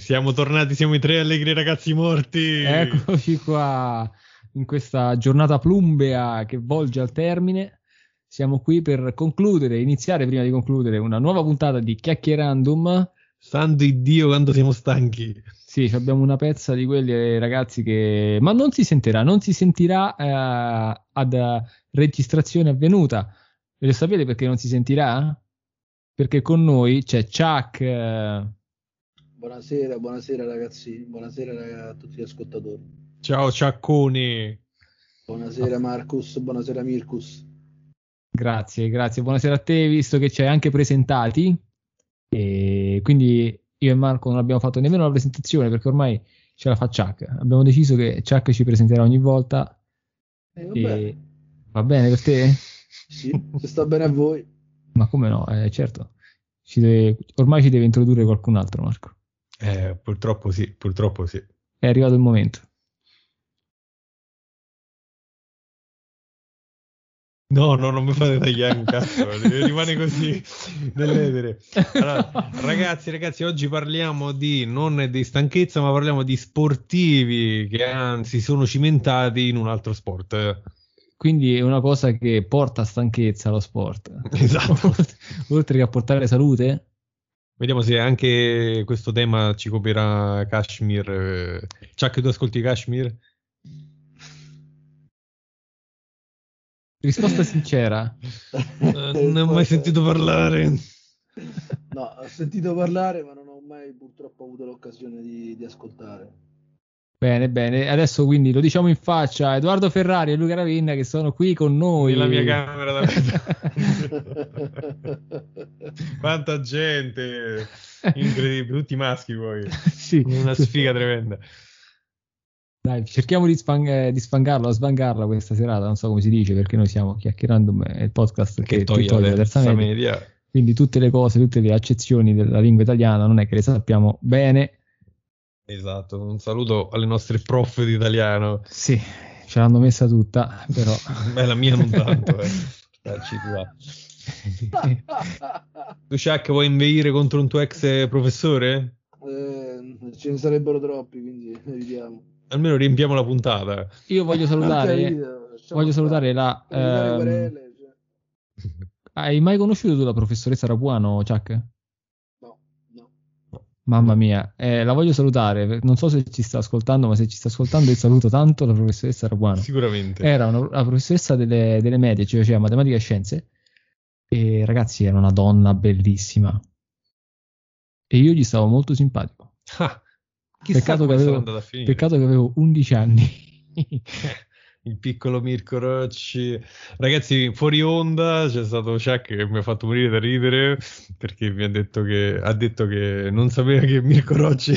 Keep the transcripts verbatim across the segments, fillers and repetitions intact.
Siamo tornati, siamo i tre allegri ragazzi morti. Eccoci qua, in questa giornata plumbea che volge al termine. Siamo qui per concludere, iniziare prima di concludere, una nuova puntata di Chiacchierandum. Santo Dio quando siamo stanchi. Sì, abbiamo una pezza di quelli eh, ragazzi che... Ma non si sentirà, non si sentirà eh, ad uh, registrazione avvenuta. E lo sapete perché non si sentirà? Perché con noi c'è Chuck... Eh... Buonasera, buonasera ragazzi, buonasera a tutti gli ascoltatori. Ciao Ciacconi. Buonasera Marcus, buonasera Mirkus. Grazie, grazie, buonasera a te, visto che ci hai anche presentati. E quindi io e Marco non abbiamo fatto nemmeno la presentazione perché ormai ce la fa Chuck. Abbiamo deciso che Chuck ci presenterà ogni volta. Eh, va, e... bene. va bene per te? Sì, se sta bene a voi. Ma come no, eh, certo. Ci deve... Ormai ci deve introdurre qualcun altro, Marco. Eh, purtroppo sì, purtroppo sì. È arrivato il momento. No, no, non mi fate tagliare un cazzo, rimane così nell'etere. Allora, ragazzi, ragazzi, oggi parliamo di non di stanchezza, ma parliamo di sportivi che anzi sono cimentati in un altro sport. Quindi è una cosa che porta stanchezza allo sport. Esatto. Oltre che a portare salute. Vediamo se anche questo tema ci coprirà Kashmir. Chuck, tu ascolti Kashmir? Risposta sincera. Uh, non ho mai sentito parlare. No, ho sentito parlare, ma non ho mai purtroppo avuto l'occasione di, di ascoltare. Bene, bene. Adesso quindi lo diciamo in faccia. Edoardo Ferrari e Luca Ravenna che sono qui con noi. Nella mia camera da quanta gente, incredibile, tutti maschi poi. Sì. Una sfiga tremenda. Dai, cerchiamo di, spang- di sfangarla o svangarla questa serata, non so come si dice, perché noi siamo Chiacchierandum, è il podcast che, che toglie, toglie la terza, terza media. media. Quindi tutte le cose, tutte le accezioni della lingua italiana non è che le sappiamo bene. Esatto, un saluto alle nostre prof di italiano. Sì, ce l'hanno messa tutta, però... Beh, la mia non tanto, eh. Dacci tu Chuck, vuoi inveire contro un tuo ex professore? Eh, ce ne sarebbero troppi, quindi vediamo. Almeno riempiamo la puntata. Io voglio salutare, capito, voglio salutare la... Ehm... Cioè. Hai mai conosciuto tu la professoressa Rapuano, Chuck? Mamma mia, eh, la voglio salutare, non so se ci sta ascoltando, ma se ci sta ascoltando io saluto tanto la professoressa Rapuano. Sicuramente. Era una, una professoressa delle, delle medie, cioè faceva matematica e scienze, e ragazzi era una donna bellissima. E io gli stavo molto simpatico. Ah, peccato, che avevo, peccato che avevo undici anni. Il piccolo Mirko Rocci. Ragazzi, fuori onda c'è stato Chuck che mi ha fatto morire da ridere perché mi ha detto che ha detto che non sapeva che Mirko Rocci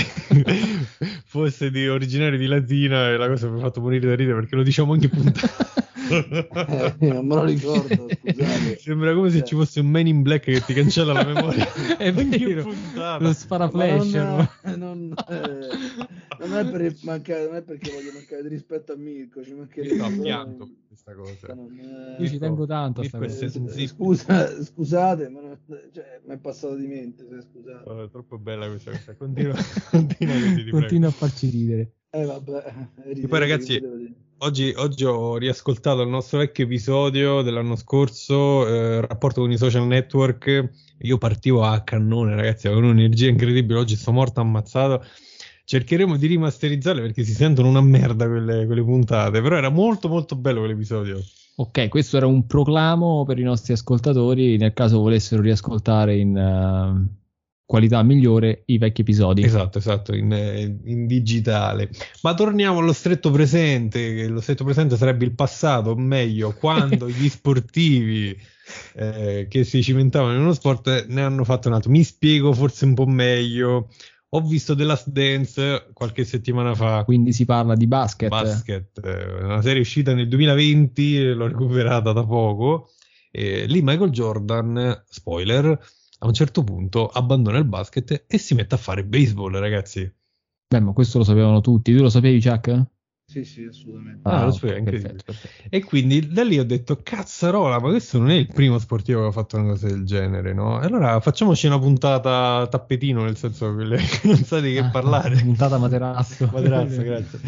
fosse di originario di Latina e la cosa mi ha fatto morire da ridere perché lo diciamo ogni puntata. Eh, non me lo ricordo, scusate. Sembra come se ci fosse un Man in Black che ti cancella la memoria. È vero, lo spara flash. Non, non, eh, non, è per mancare, non è perché voglio mancare di rispetto a Mirko, ci mancherebbe. Io ho pianto per questa cosa. Non, eh, Io ci tengo tanto a sta cosa. Eh, scusa, scusate, ma non, cioè, mi è passato di mente, se scusate. Oh, è troppo bella questa cosa. Continua, continua così, ti Continua a farci ridere. Eh vabbè, e poi ragazzi, oggi, oggi ho riascoltato il nostro vecchio episodio dell'anno scorso, eh, rapporto con i social network. Io partivo a cannone, ragazzi, avevo un'energia incredibile. Oggi sto morto ammazzato. Cercheremo di rimasterizzarle perché si sentono una merda quelle, quelle puntate, però era molto molto bello quell'episodio. Ok, questo era un proclamo per i nostri ascoltatori nel caso volessero riascoltare in uh, qualità migliore i vecchi episodi. Esatto, esatto, in, in digitale. Ma torniamo allo stretto presente, che lo stretto presente sarebbe il passato, o meglio, quando gli sportivi eh, che si cimentavano in uno sport ne hanno fatto un altro. Mi spiego forse un po' meglio. Ho visto The Last Dance qualche settimana fa. Quindi si parla di basket. Basket, una serie uscita nel duemilaventi, l'ho recuperata da poco. E lì Michael Jordan, spoiler, a un certo punto abbandona il basket e si mette a fare baseball, ragazzi. Beh, ma questo lo sapevano tutti. Tu lo sapevi, Chuck? Sì, sì, assolutamente. Ah, Ah, lo ok, so, è incredibile. perfetto, perfetto. E quindi da lì ho detto, cazzarola, ma questo non è il primo sportivo che ha fatto una cosa del genere, no? E allora facciamoci una puntata tappetino, nel senso che non sa di che Ah, parlare. puntata materasso. Materasso, grazie.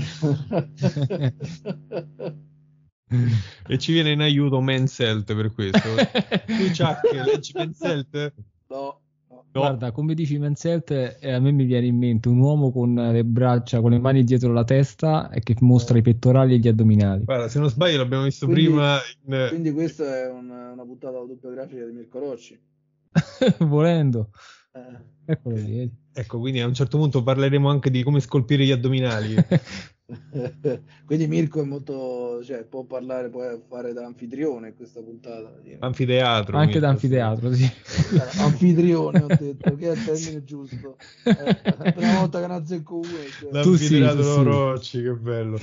E ci viene in aiuto Men's Health per questo. Tu, Chuck, leggi Men's Health? No, no. No. Guarda, come dici Men's Health, eh, a me mi viene in mente un uomo con le braccia, con le mani dietro la testa e che mostra i pettorali e gli addominali. Guarda, se non sbaglio l'abbiamo visto Quindi- prima in... Quindi questa è una, una puntata autobiografica di Mirko Rocci. Volendo. Eh. Eccolo lì, vedi. Ecco, quindi a un certo punto parleremo anche di come scolpire gli addominali. Quindi Mirko è molto, cioè, può parlare, può fare da anfitrione in questa puntata. Anfiteatro. Anche Mirko, da anfiteatro, sì. Eh, anfitrione, ho detto, che è il termine giusto. Eh, è la prima volta che ne azzecco uno. Cioè. Tu sì, L'anfiteatro tu sì. Rocci, che bello.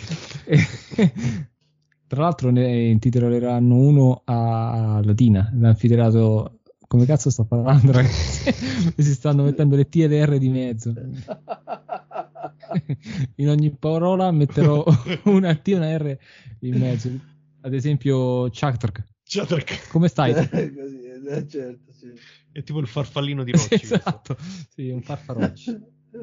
Tra l'altro ne intitoleranno uno a Latina, l'anfiteatro. Come cazzo sto parlando, ragazzi? Si stanno mettendo le T e le R di mezzo. In ogni parola metterò una T e una R in mezzo. Ad esempio, Chuck. Chuck. Come stai? Eh, così, eh, certo, sì. È tipo il farfallino di Rocci. Sì, esatto. Sì, un farfarocci.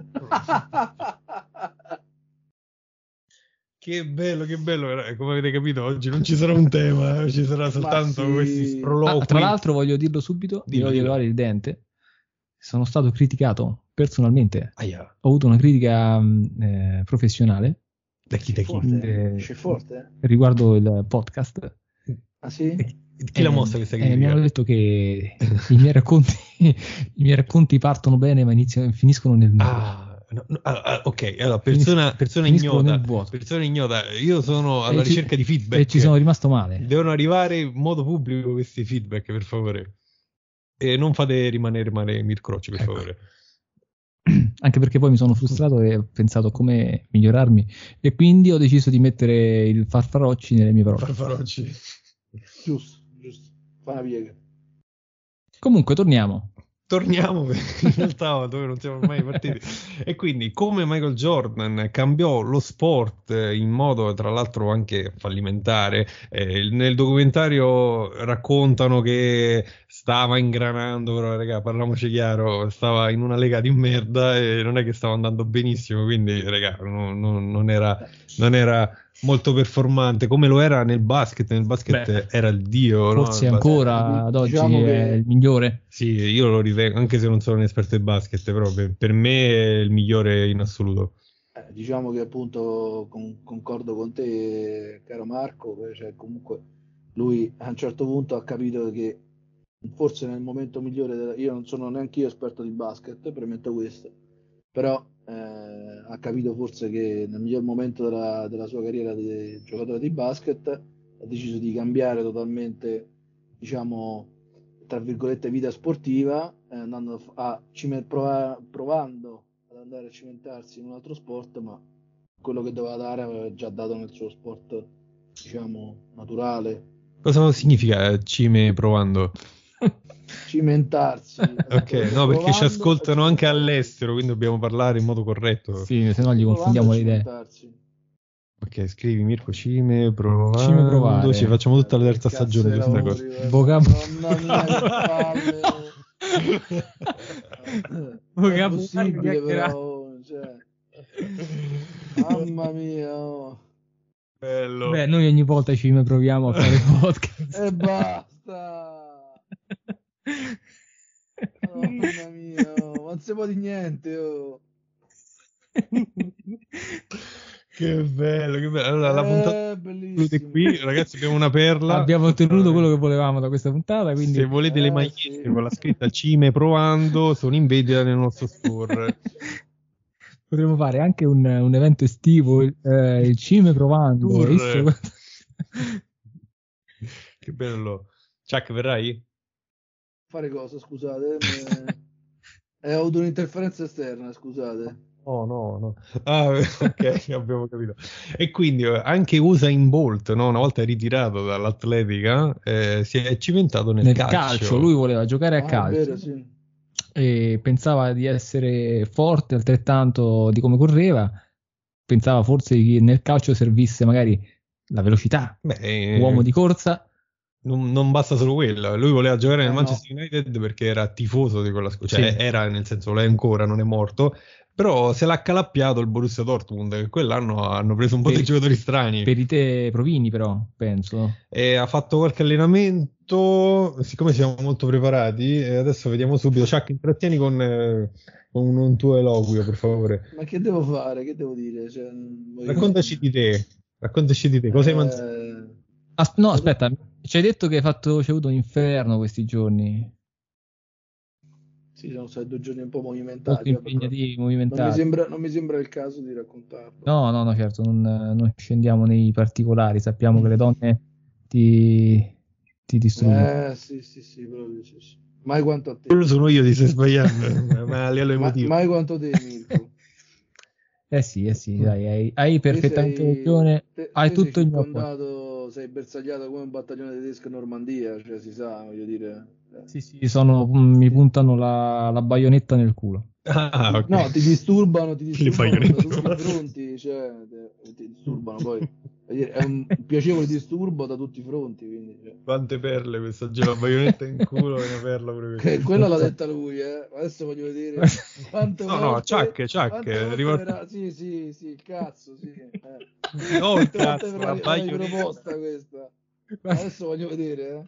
Che bello, che bello. Come avete capito, oggi non ci sarà un tema, ci sarà soltanto sì. questi sproloqui. Ah, tra l'altro voglio dirlo subito, mi Dillo, voglio dillo. levare il dente. Sono stato criticato personalmente. Aia. Ho avuto una critica mh, eh, professionale Da chi, da chi? Forte, eh, C'è forte? riguardo il podcast. Ah sì? Chi l'ha Eh, mossa questa eh, critica? mi hanno detto che i miei racconti i miei racconti partono bene ma iniziano, finiscono nel nulla. Ah, no, no, ah, ah, ok, allora persona, persona Finiscono ignota, nel vuoto. persona ignota, io sono alla E ci- ricerca di feedback. E ci sono rimasto male. Devono arrivare in modo pubblico questi feedback, per favore. E non fate rimanere male Mirko Rocci, per Ecco. favore. Anche perché poi mi sono frustrato e ho pensato come migliorarmi e quindi ho deciso di mettere il farfarocci nelle mie parole. Farfarocci. Giusto, giusto. Fa una piega. Comunque torniamo. Torniamo in realtà dove non siamo mai partiti. E quindi come Michael Jordan cambiò lo sport in modo tra l'altro anche fallimentare, eh, nel documentario raccontano che stava ingranando, però raga, parliamoci chiaro, stava in una lega di merda e non è che stava andando benissimo, quindi raga, no, no, non era, non era molto performante come lo era nel basket. Nel basket Beh, era il dio, forse no? Il ancora basket. ad oggi Diciamo è che- il migliore. Sì, io lo ritengo, anche se non sono un esperto di basket, però per, per me è il migliore in assoluto. Eh, diciamo che appunto con- concordo con te, caro Marco, cioè comunque lui a un certo punto ha capito che forse nel momento migliore, della- io non sono neanche io esperto di basket, premetto questo, però eh, ha capito forse che nel miglior momento della, della sua carriera di giocatore di basket ha deciso di cambiare totalmente, diciamo, tra virgolette, vita sportiva, eh, andando a cime- prova- provando ad andare a cimentarsi in un altro sport, ma quello che doveva dare aveva già dato nel suo sport, diciamo, naturale. Cosa significa cime provando? Cimentarsi. Ok, no, perché ci Provando ascoltano a anche cimentarsi. all'estero, quindi dobbiamo parlare in modo corretto. Sì, se no gli Provando confondiamo a le idee. cimentarsi. Ok, scrivi Mirko cime provando. Cime provare. Ci facciamo tutta la Eh, terza che cazzo stagione di questa lavori, cosa. guarda. Vocab- Mamma mia, che palle. Non è Vocabolario possibile chiacchierato. però, cioè, mamma mia, oh. Bello. Beh, noi ogni volta ci proviamo a fare podcast. E basta. Mamma mia, oh. Non si può di niente, oh. Che bello, che bello. Allora, la puntata Eh, conclude bellissimo. qui, ragazzi, abbiamo una perla. Abbiamo ottenuto quello che volevamo da questa puntata, quindi Se volete le Eh, magliette sì. con la scritta cime provando, sono in vendita nel nostro store. potremmo fare anche un, un evento estivo, il, eh, il Cime provando. Tour. Hai visto? Che bello. Chuck, verrai? Fare cosa, scusate? Mi- Eh, ho avuto un'interferenza esterna, scusate. Oh no, no. Ah, ok, abbiamo capito. E quindi eh, anche Usain Bolt, no? Una volta ritirato dall'atletica, eh, si è cimentato nel, Nel calcio. calcio, lui voleva giocare a Ah, è calcio vero, sì. e pensava di essere forte altrettanto di come correva pensava forse che nel calcio servisse magari la velocità, Beh, uomo di corsa. Non, non basta solo quello, lui voleva giocare nel Eh, Manchester no. United perché era tifoso di quella squadra, cioè Sì. era nel senso, lo è ancora, non è morto, però se l'ha accalappiato il Borussia Dortmund, che quell'anno hanno preso un po' Per- di giocatori strani. Per i te provini però, penso. E ha fatto qualche allenamento, siccome siamo molto preparati, e adesso vediamo subito. Chuck, intrattieni con, eh, con un, un tuo eloquio, per favore. Ma che devo fare? Che devo dire? Cioè, voi- Raccontaci di te, raccontaci di te, cosa hai mangiato? Eh, As- no, ma tu- aspetta, ci hai detto che hai fatto, c'è avuto un inferno questi giorni, Sì, sono stati due giorni un po' molto movimentati, vabbè, però impegnativi, non mi movimentati. sembra, non mi sembra il caso di raccontarlo. No, no, no, certo, non, non scendiamo nei particolari, sappiamo che le donne ti, ti distruggono. Eh, sì, sì, sì, proprio, sì, sì. Mai quanto a te. Quello sono io, ti stai sbagliando, ma a livello Ma- emotivo. mai quanto te, Mirko. Eh sì, eh sì, dai, hai, hai Te perfettamente sei, ragione, te, hai te sei tutto il mio appoggio. circondato, sei bersagliato come un battaglione tedesco in Normandia, cioè si sa, voglio dire. eh. Sì, sì, sono, mi puntano la, la baionetta nel culo. Ah, Ti- ok. no, ti disturbano, ti Le disturbano da tutti i baionette. fronti, cioè, te- ti disturbano poi. Voglio dire, è un piacevole disturbo da tutti i fronti, quindi, cioè. Quante perle questa la baionetta in culo è una perla pure questa. Que- Quella l'ha detta lui, eh. Adesso voglio vedere quante No, no, volte, Chuck, Chuck, quante volte riporta... verrà, sì, sì, sì, il cazzo, sì, eh. No, il Quante volte cazzo, verrà, la verrà baionetta. riproposta questa? Adesso voglio vedere, eh.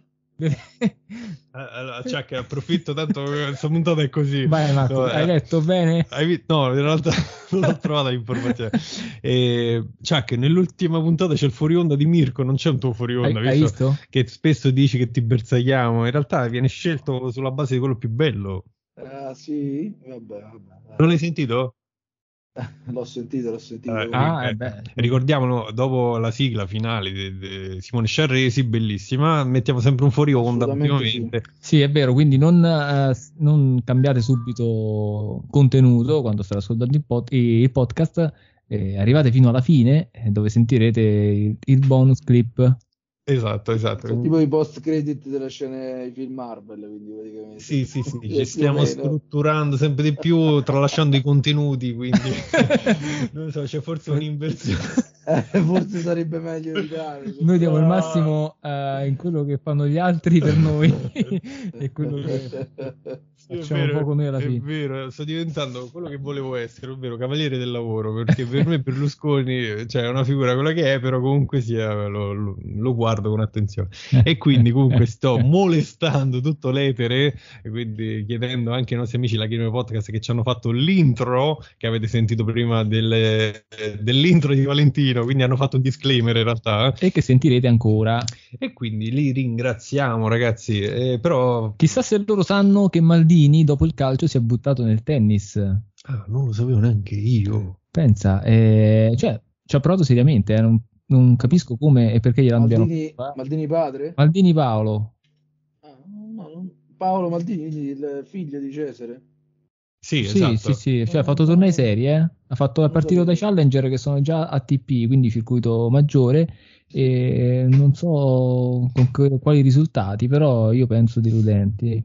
Eh, Allora, Chuck, approfitto tanto che questa puntata è così. Vai Marco, No, hai eh, letto bene? hai vi- no, in realtà non ho trovato l'informazione. E, Chuck, nell'ultima puntata c'è il fuori onda di Mirko, non c'è un tuo fuori Hai, onda, hai visto visto? che spesso dici che ti bersagliamo. In realtà viene scelto sulla base di quello più bello. Ah, sì? Vabbè, vabbè, Non dai. l'hai sentito? L'ho sentito, l'ho sentito Eh, ri- Ah, eh comunque. eh, beh, ricordiamolo, dopo la sigla finale di Simone Sciarresi, bellissima, mettiamo sempre un fuori onda Assolutamente sì. ultimamente. sì, è vero, quindi non, eh, s- non cambiate subito contenuto quando state ascoltando il, pod- il podcast, eh, arrivate fino alla fine eh, dove sentirete il, il bonus clip. Esatto, esatto. Sono tipo i post credit delle scene ai film Marvel, quindi praticamente. Sì, sì, sì, ci Eh, più o stiamo meno. strutturando sempre di più, tralasciando i contenuti, quindi non so, c'è forse un'inversione. Eh, forse sarebbe meglio evitare. Noi diamo il Ah. massimo eh, in quello che fanno gli altri per noi e quello che Sì, è facciamo vero, poco noi alla è fine. vero, sto diventando quello che volevo essere, ovvero cavaliere del lavoro, perché per me Berlusconi, cioè, è una figura quella che è, però comunque sia, lo, lo- lo guardo con attenzione. E quindi comunque sto molestando tutto l'etere, e quindi chiedendo anche ai nostri amici la Game Podcast che ci hanno fatto l'intro, che avete sentito prima del- dell'intro di Valentino, quindi hanno fatto un disclaimer in realtà, E che sentirete ancora. e quindi li ringraziamo ragazzi, eh, però... Chissà se loro sanno che Maldini dopo il calcio si è buttato nel tennis. Ah, non lo sapevo neanche io. Pensa, eh, cioè ci ha provato seriamente, eh, non, non capisco come e perché gliel'abbiano Maldini, fatto. eh. Maldini padre? Maldini Paolo. Ah, no, non- Paolo Maldini, il figlio di Cesare? Sì, Sì, sì, esatto. sì, cioè ha No, fatto no, tornei no, seri, eh. Ha fatto è non lo partito dai sapevo. Challenger che sono già A T P, quindi circuito maggiore, e non so con que- quali risultati, però io penso deludenti.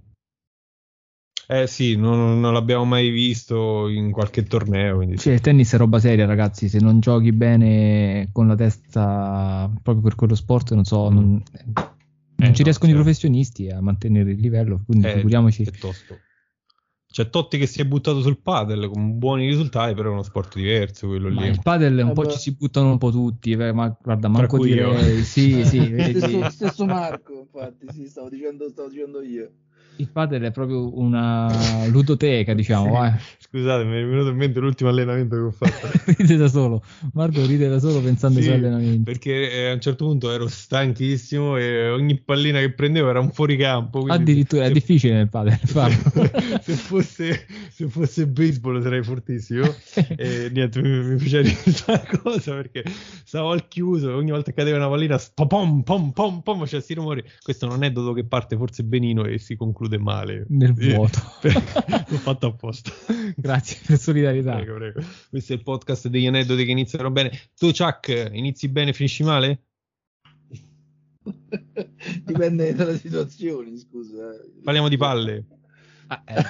Eh sì, non, non l'abbiamo mai visto in qualche torneo, quindi sì. Cioè, il tennis è roba seria, ragazzi. Se non giochi bene con la testa proprio per quello sport, non so, non, non Eh ci no, riescono i certo. professionisti a mantenere il livello, quindi È, figuriamoci. è tosto. C'è Totti che si è buttato sul padel con buoni risultati, però è uno sport diverso quello Ma lì. il padel un po' ci Vabbè, si buttano un po' tutti, eh, ma guarda, Tra manco cui io. direi sì, sì, eh, stesso, vedi. stesso Marco, infatti, sì, stavo dicendo, stavo dicendo io. Il padel è proprio una ludoteca, diciamo, Sì, vai. scusate, mi è venuto in mente l'ultimo allenamento che ho fatto. Ride da solo. Marco ride da solo pensando ai suoi Sì, allenamenti. perché eh, a un certo punto ero stanchissimo e ogni pallina che prendevo era un fuoricampo, quindi se, Addirittura è se- difficile nel padel farlo. se fosse, se fosse baseball sarei fortissimo. E niente, mi, mi faceva ridere questa cosa perché stavo al chiuso, ogni volta che cadeva una pallina, pom pom pom pom, faceva questi rumori. Questo è un aneddoto che parte forse benino e si conclude male. Nel Eh, vuoto. L'ho fatto apposta. Grazie per solidarietà. Prego, prego. Questo è il podcast degli aneddoti che iniziano bene. Tu, Chuck, inizi bene, finisci male? Dipende dalle situazioni, scusa. eh. Parliamo di palle. Ah, eh.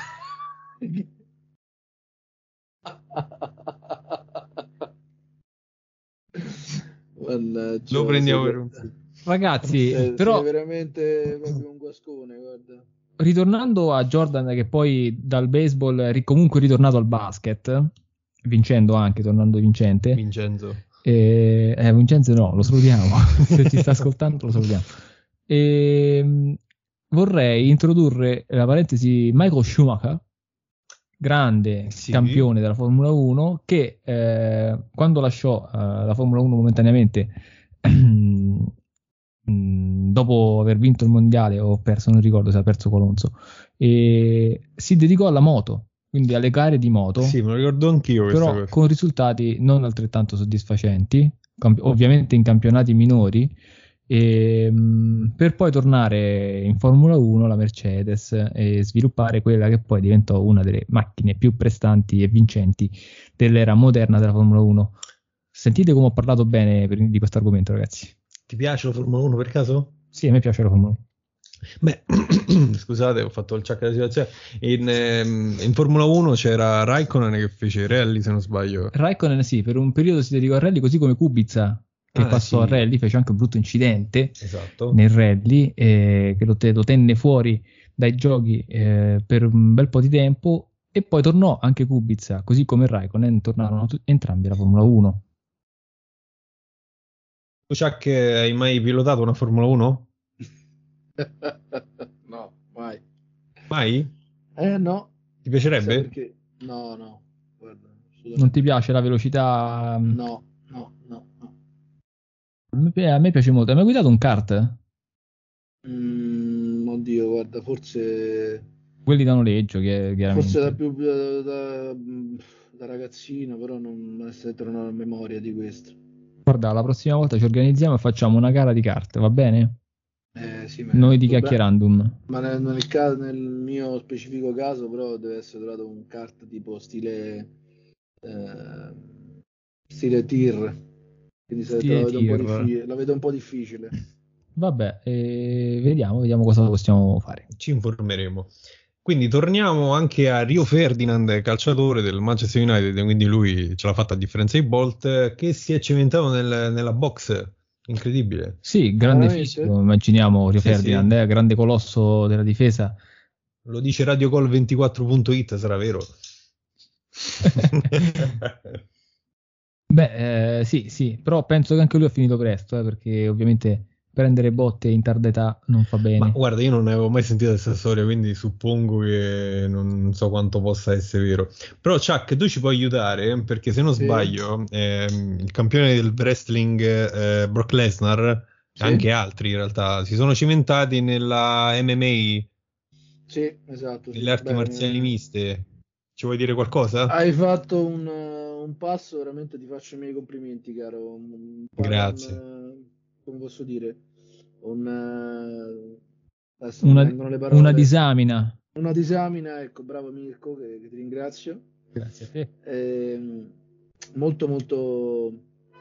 Mannaggia, Lo prendiamo sei, per un... Ragazzi, sei, però sei veramente proprio un guascone, guarda. ritornando a Jordan, che poi dal baseball è ri- comunque ritornato al basket, vincendo anche, tornando vincente. Vincenzo. E, eh, Vincenzo no, lo salutiamo. Se ci sta ascoltando lo salutiamo. E, mh, vorrei introdurre la parentesi Michael Schumacher, grande Sì. campione della Formula uno, che eh, quando lasciò eh, la Formula uno momentaneamente, mh, dopo aver vinto il mondiale, o perso, non ricordo se ha perso con Alonso, e si dedicò alla moto, quindi alle gare di moto, Sì, me lo ricordo anch'io questa però cosa. con risultati non altrettanto soddisfacenti, camp- ovviamente in campionati minori, e, mh, per poi tornare in Formula uno, la Mercedes, e sviluppare quella che poi diventò una delle macchine più prestanti e vincenti dell'era moderna della Formula uno. Sentite come ho parlato bene per- di questo argomento, ragazzi. Ti piace la Formula uno per caso? Sì, a me piace la Formula uno. Beh, scusate, ho fatto il check della situazione. In, ehm, in Formula uno c'era Raikkonen che fece rally, se non sbaglio. Raikkonen sì, per un periodo si dedicò al rally, così come Kubica, che Ah, passò al sì. rally, fece anche un brutto incidente Esatto. nel rally, eh, che lo, te- lo tenne fuori dai giochi eh, per un bel po' di tempo, e poi tornò anche Kubica, così come Raikkonen, tornarono tu- entrambi alla Formula uno. Tu, Chuck, hai mai pilotato una Formula uno? No, mai. Mai? Eh no, Ti chissà piacerebbe? perché. No, no, guarda, Non ti assolutamente no. piace la velocità? mm, No, no, no, no. A me, pi- a me piace molto. Hai mai guidato un kart? Mm, oddio, guarda, forse, Quelli da noleggio, chi- forse da chiaramente. più da, da- da ragazzino, però non onestamente non ho la memoria di questo. Guarda, la prossima volta ci organizziamo e facciamo una gara di kart, va bene? Eh sì, ma Noi il di problema, Chiacchierandum. ma nel, nel ca- nel mio specifico caso, però, deve essere trovato un kart tipo stile, eh, stile tir, quindi se te la Stile vedo un po' tir. difficile, la vedo un po' difficile. Vabbè, eh, vediamo, vediamo cosa possiamo fare. Ci informeremo. Quindi torniamo anche a Rio Ferdinand, calciatore del Manchester United, quindi lui ce l'ha fatta a differenza di Bolt, che si è cimentato nel- nella box. Incredibile. Sì, Ah, grande veramente? fisico, immaginiamo Rio Sì, Ferdinand, sì. eh, grande colosso della difesa. Lo dice radiocall ventiquattro punto it, sarà vero? Beh, eh, sì, sì, però penso che anche lui ha finito presto, eh, perché ovviamente prendere botte in tarda età non fa Ma bene. guarda, io non ne avevo mai sentito questa storia, quindi suppongo che non so quanto possa essere vero. Però, Chuck, tu ci puoi aiutare, perché se non Sì, sbaglio, ehm, il campione del wrestling, eh, Brock Lesnar, e sì, anche altri in realtà, si sono cimentati nella M M A, sì, esatto, nelle sì. arti marziali Beh, miste. Ci vuoi dire qualcosa? hai fatto un, uh, un passo, veramente ti faccio i miei complimenti, caro. Un, pa- un, Grazie. uh, come posso dire? Un, uh, adesso non mi Una, vengono le una parole. disamina. Una disamina, ecco, bravo Mirko, che, che ti ringrazio. Grazie a te. Ehm, molto, molto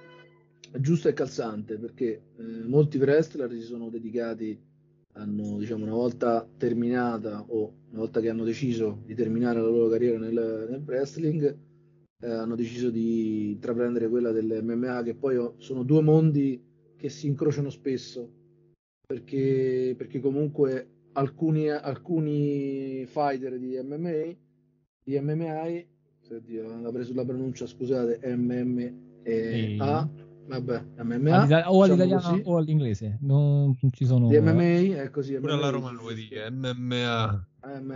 giusto e calzante, perché eh, molti wrestler si sono dedicati, hanno, diciamo, una volta terminata o una volta che hanno deciso di terminare la loro carriera nel, nel wrestling, eh, hanno deciso di intraprendere quella dell'M M A, che poi oh, sono due mondi che si incrociano spesso, perché, perché comunque alcuni, alcuni fighter di M M A, di M M A, oddio, la preso la pronuncia, scusate, M M A, E vabbè, M M A, all'ita- o diciamo all'italiana così, o all'inglese, non ci di sono. M M A, è così, Pure alla M M A, Roma lo vuoi giusto? dire, M M A. M-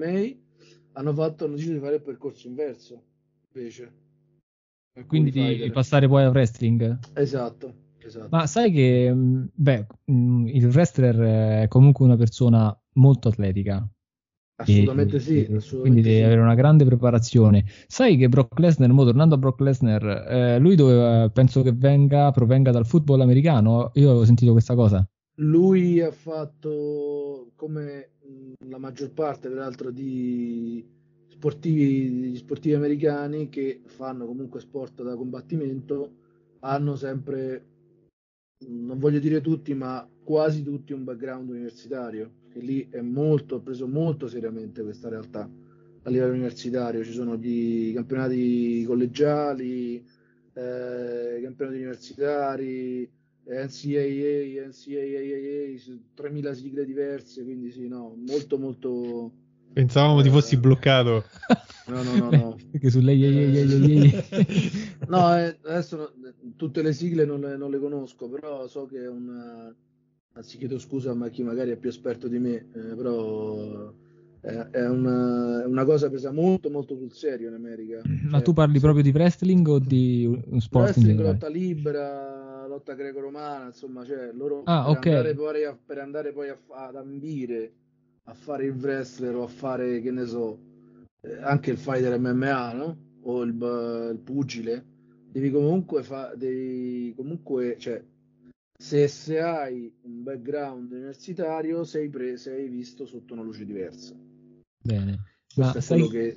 MMA hanno fatto, hanno deciso di fare il percorso inverso, invece, alcuni Quindi di fighter. passare poi al wrestling. Esatto, Ma esatto. sai che, mh, beh, mh, il wrestler è comunque una persona molto atletica Assolutamente e, sì, e quindi assolutamente deve sì. avere una grande preparazione. Sai che Brock Lesnar, mo tornando a Brock Lesnar, eh, lui doveva, penso che venga, provenga dal football americano. Io avevo sentito questa cosa. Lui ha fatto, come mh, la maggior parte peraltro di sportivi, di sportivi americani che fanno comunque sport da combattimento, hanno sempre, mh, non voglio dire tutti, ma quasi tutti un background universitario, che lì è molto, preso molto seriamente questa realtà a livello universitario. Ci sono gli campionati collegiali, eh, campionati universitari, N C A A, N C A A, tremila sigle diverse, quindi sì, no, molto molto... Pensavamo eh, ti fossi bloccato. No, no, no, no. Perché su lei, Eh, eh, eh, eh, no, eh, adesso no, tutte le sigle non le, non le conosco, però so che è un... Anzi, chiedo scusa a chi magari è più esperto di me, eh, però è, è una, è una cosa presa molto molto sul serio in America. Ma Cioè, tu parli se- proprio di wrestling o di un sport in wrestling, generale? lotta libera, lotta greco-romana, insomma, cioè, loro Ah, per ok. andare poi a, per andare poi a, fa- ad ambire a fare il wrestler o a fare, che ne so, eh, anche il fighter M M A, no? O il, b- il pugile, devi comunque fare, devi comunque, cioè, se, se hai un background universitario, sei, pre- sei visto sotto una luce diversa. Bene. Ma Questo è quello sai, che...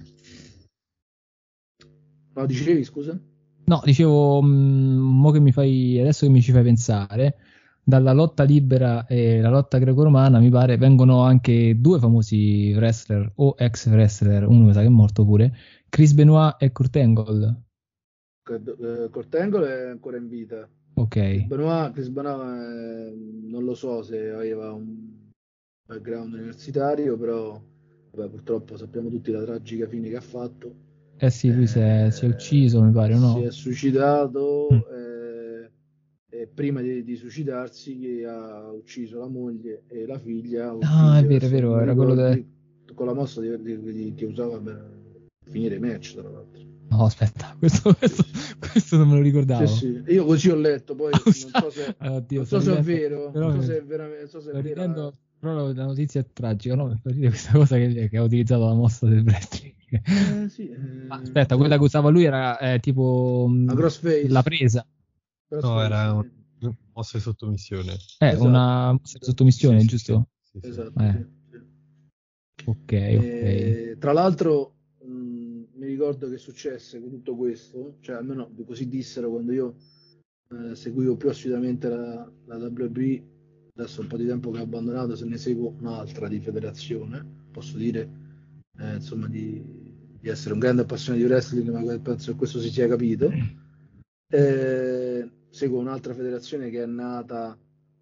No, dicevi, scusa? no, dicevo, mh, mo che mi fai, adesso che mi ci fai pensare, dalla lotta libera e la lotta greco-romana, mi pare, vengono anche due famosi wrestler o ex wrestler, uno mi sa che è morto pure, Chris Benoit e Kurt Angle. Eh, Kurt Angle è ancora in vita. Ok. Chris Benoit, Chris Benoit, eh, non lo so se aveva un background universitario, però vabbè, purtroppo sappiamo tutti la tragica fine che ha fatto. Eh sì, lui si è, si è Eh, ucciso, mi pare, o si è no? Mm. suicidato eh, e prima di, di suicidarsi ha ucciso la moglie e la figlia, o il Ah, è figlio, vero, è adesso non vero, mi era quello de... ricordi, con la mossa di- di- di- che usava per finire i match, tra l'altro. No, aspetta, questo, Sì, questo, sì. questo non me lo Sì, ricordavo. sì, io così ho letto, poi non so se, Ah, oddio, non sto so se è ridendo, vero, non però so mi- se è veramente, non so se è sto vera. ridendo, però la notizia è tragica, no? Mi fa ridere questa cosa che, che ha utilizzato la mossa del wrestling. Eh sì, Ah, eh, aspetta, quella che insomma, usava lui era eh, tipo a mh, la crossface, presa, No, crossface, era sì. una mossa di sottomissione. è Esatto, una mossa di esatto, Sì, sottomissione, sì, sì, giusto? sì, sì. esatto, Eh, sì, sì. ok, ok. E, tra l'altro, mh, mi ricordo che successe con tutto questo, cioè almeno così dissero quando io eh, seguivo più assiduamente la, la W W E, adesso è un po' di tempo che ho abbandonato, se ne seguo un'altra di federazione, posso dire eh, insomma di, di essere un grande appassionato di wrestling, ma penso che questo si sia capito. Eh, seguo un'altra federazione che è nata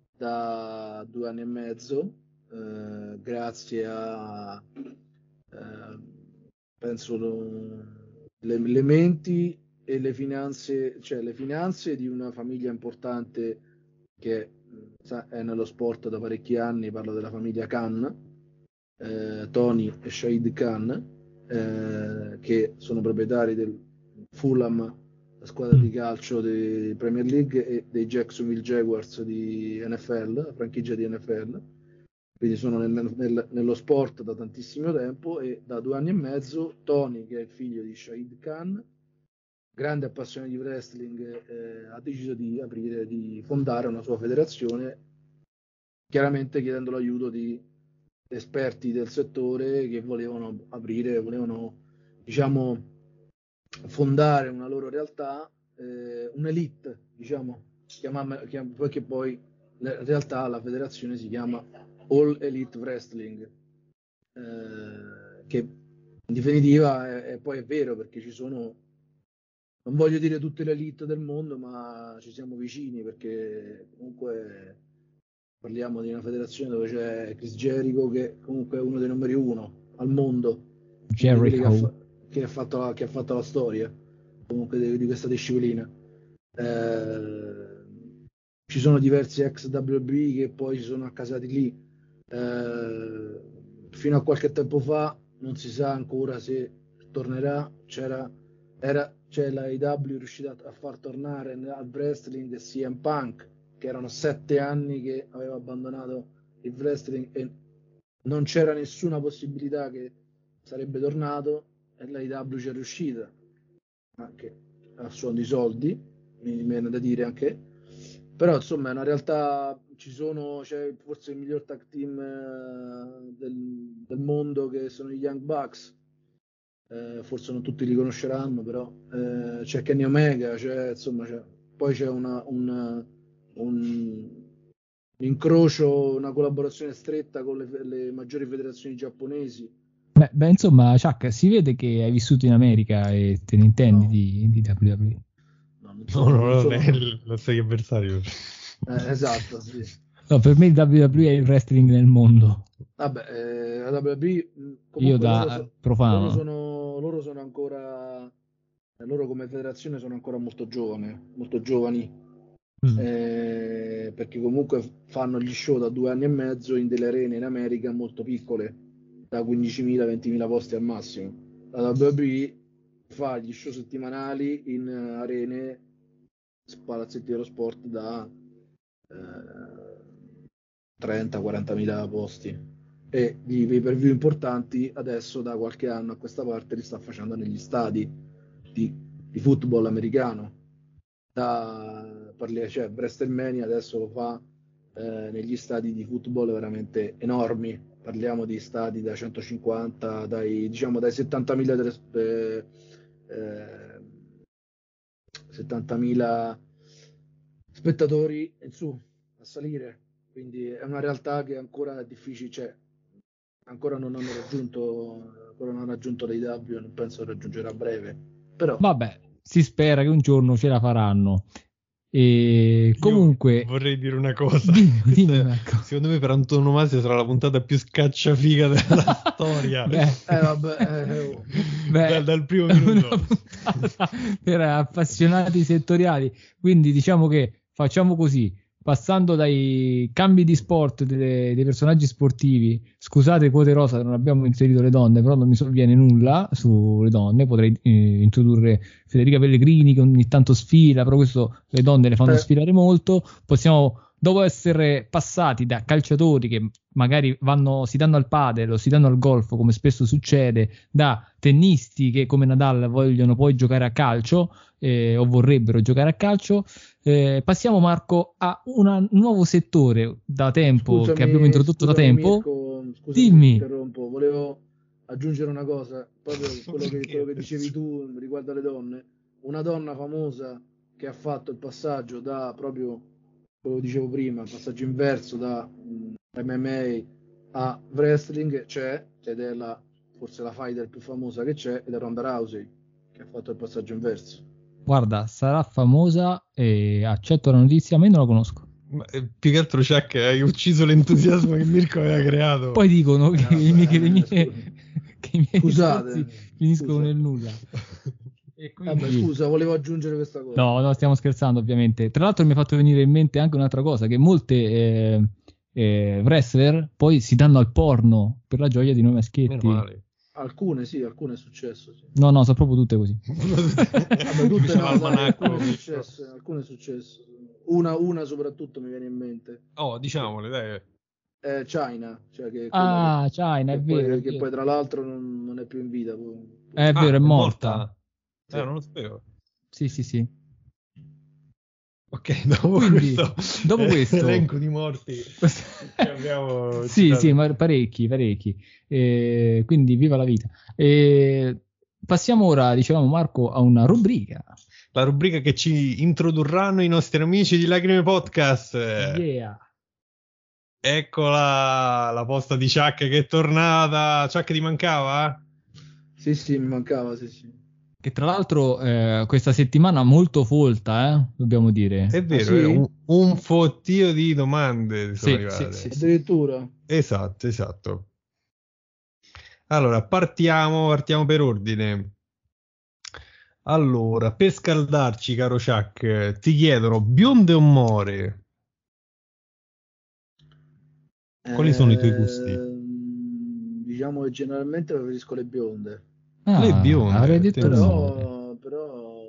da due anni e mezzo, eh, grazie a eh, penso lo- le, le menti e le finanze, cioè le finanze di una famiglia importante che sa, è nello sport da parecchi anni, parlo della famiglia Khan, eh, Tony e Shahid Khan, eh, che sono proprietari del Fulham, la squadra Mm. di calcio di Premier League, e dei Jacksonville Jaguars di N F L, la franchigia di N F L. Quindi sono nel, nel, nello sport da tantissimo tempo e da due anni e mezzo Tony, che è il figlio di Shahid Khan, grande appassionato di wrestling, eh, ha deciso di aprire, di fondare una sua federazione, chiaramente chiedendo l'aiuto di esperti del settore che volevano aprire, volevano, diciamo, fondare una loro realtà, eh, un'elite, diciamo, chiamam- chiam- perché poi in realtà la federazione si chiama All Elite Wrestling, eh, che in definitiva è, è poi è vero perché ci sono, non voglio dire tutte le elite del mondo, ma ci siamo vicini perché comunque parliamo di una federazione dove c'è Chris Jericho che comunque è uno dei numeri uno al mondo, uno di quelli che ha, Jericho. fa- che ha fatto, la, che ha fatto la storia comunque di, di questa disciplina. Eh, ci sono diversi ex W W E che poi si sono accasati lì. Eh, fino a qualche tempo fa non si sa ancora se tornerà. C'era, era, c'è la A E W riuscita a far tornare al wrestling C M Punk, che erano sette anni che aveva abbandonato il wrestling e non c'era nessuna possibilità che sarebbe tornato, e la A E W ci è riuscita anche a suon di soldi, mi viene da dire anche, però insomma è una realtà, ci sono, c'è forse il miglior tag team eh, del, del mondo che sono gli Young Bucks, eh, forse non tutti li conosceranno, però eh, c'è Kenny Omega, c'è, insomma, c'è, poi c'è una, un, un incrocio, una collaborazione stretta con le, le maggiori federazioni giapponesi. Beh, beh, insomma, Chuck, si vede che hai vissuto in America e te ne intendi No, di, di W W E. no, non No, sono, no, non non sono- è il nostro avversario. eh, esatto, sì. No, per me il W W E è il wrestling nel mondo. Vabbè, eh, la W W E mh, comunque Io da loro, so- profano. loro sono, loro sono ancora, eh, loro come federazione sono ancora molto giovani, molto giovani, Mm. eh, perché comunque fanno gli show da due anni e mezzo in delle arene in America molto piccole, da quindicimila ventimila posti al massimo. La W W E fa gli show settimanali in eh, arene, palazzetti dello sport da eh, trenta quarantamila posti, e i pay per view importanti adesso da qualche anno a questa parte li sta facendo negli stadi di, di football americano. Da, parli, cioè WrestleMania adesso lo fa eh, negli stadi di football veramente enormi, parliamo di stadi da centocinquanta, dai, diciamo dai settantamila tele- eh, eh, settantamila spettatori in su, a salire, quindi è una realtà che ancora è difficile, cioè ancora non hanno raggiunto, ancora non ha raggiunto l'A E W, non penso raggiungerà a breve, però Vabbè, si spera che un giorno ce la faranno. E comunque, Io vorrei dire una cosa. Dimmi, Questa dimmi, è- Marco. secondo me per antonomasia sarà la puntata più scacciafiga della storia. Beh, eh vabbè, eh, oh. beh, Dal- dal primo è minuto. una puntata per appassionati settoriali. Quindi diciamo che facciamo così, passando dai cambi di sport delle- dei personaggi sportivi. Scusate, quote rosa, non abbiamo inserito le donne, però non mi sovviene nulla sulle donne. Potrei eh, introdurre Federica Pellegrini che ogni tanto sfila, però questo le donne le fanno Eh. sfilare molto. Possiamo, dopo essere passati da calciatori che magari vanno, si danno al padel o si danno al golf, come spesso succede, da tennisti che come Nadal vogliono poi giocare a calcio eh, o vorrebbero giocare a calcio, eh, passiamo Marco a una- un nuovo settore da tempo Scusami, che abbiamo introdotto da scusami, tempo. Mirko, scusami, Dimmi. ti interrompo, volevo aggiungere una cosa, proprio quello che, quello che dicevi tu riguardo alle donne, una donna famosa che ha fatto il passaggio da proprio, quello che dicevo prima, il passaggio inverso da mh, M M A a wrestling c'è, ed è la, forse la fighter più famosa che c'è, ed è Ronda Rousey, che ha fatto il passaggio inverso. Guarda, sarà famosa e accetto la notizia, ma io non la conosco. Ma, eh, più che altro, Chuck, hai ucciso l'entusiasmo che Mirko aveva creato. Poi dicono che, Vabbè, i miei- che le mie, scusa. che i miei Scusate, discorsi finiscono scusa. nel nulla. E quindi... Vabbè, scusa, volevo aggiungere questa cosa. No, no, stiamo scherzando ovviamente. Tra l'altro mi ha fatto venire in mente anche un'altra cosa, che molte eh, eh, wrestler poi si danno al porno per la gioia di noi maschietti. Meno male. Alcune sì, alcune è successo. Sì. No, no, sono proprio tutte così. Vabbè, tutte Diciamo no, dai, almanacco. alcune è successo, alcune è successo. Una, una soprattutto mi viene in mente. Oh, diciamole, dai. È China, cioè che, Ah, quella China, che, è che vero, poi, è che vero. poi tra l'altro non, non è più in vita. poi- È vero, è Ah, morta. Sì. Eh, non lo sapevo. Sì, sì, sì. Ok, dopo Quindi, questo, dopo eh, questo- elenco di morti che abbiamo Sì, citato. sì, ma parecchi, parecchi. Eh, quindi viva la vita. Eh, passiamo ora, dicevamo Marco, a una rubrica. La rubrica che ci introdurranno i nostri amici di Lacrime Podcast. Yeah. Eccola la posta di Chuck che è tornata. Chuck, ti mancava? Sì, sì, mi mancava, sì, sì. Che tra l'altro eh, questa settimana molto folta, eh, dobbiamo dire. È vero, Ah, sì? eh, un, un fottio di domande sono Sì, arrivate. sì, sì, sì. Addirittura. Esatto, esatto. Allora, partiamo, partiamo per ordine. Allora, per scaldarci, caro Chuck, ti chiedono bionde o more? Quali sono i tuoi gusti? Ehm, Diciamo che generalmente preferisco le bionde. Ah, Le bionde, avrei detto il attenzione. nome. Però, però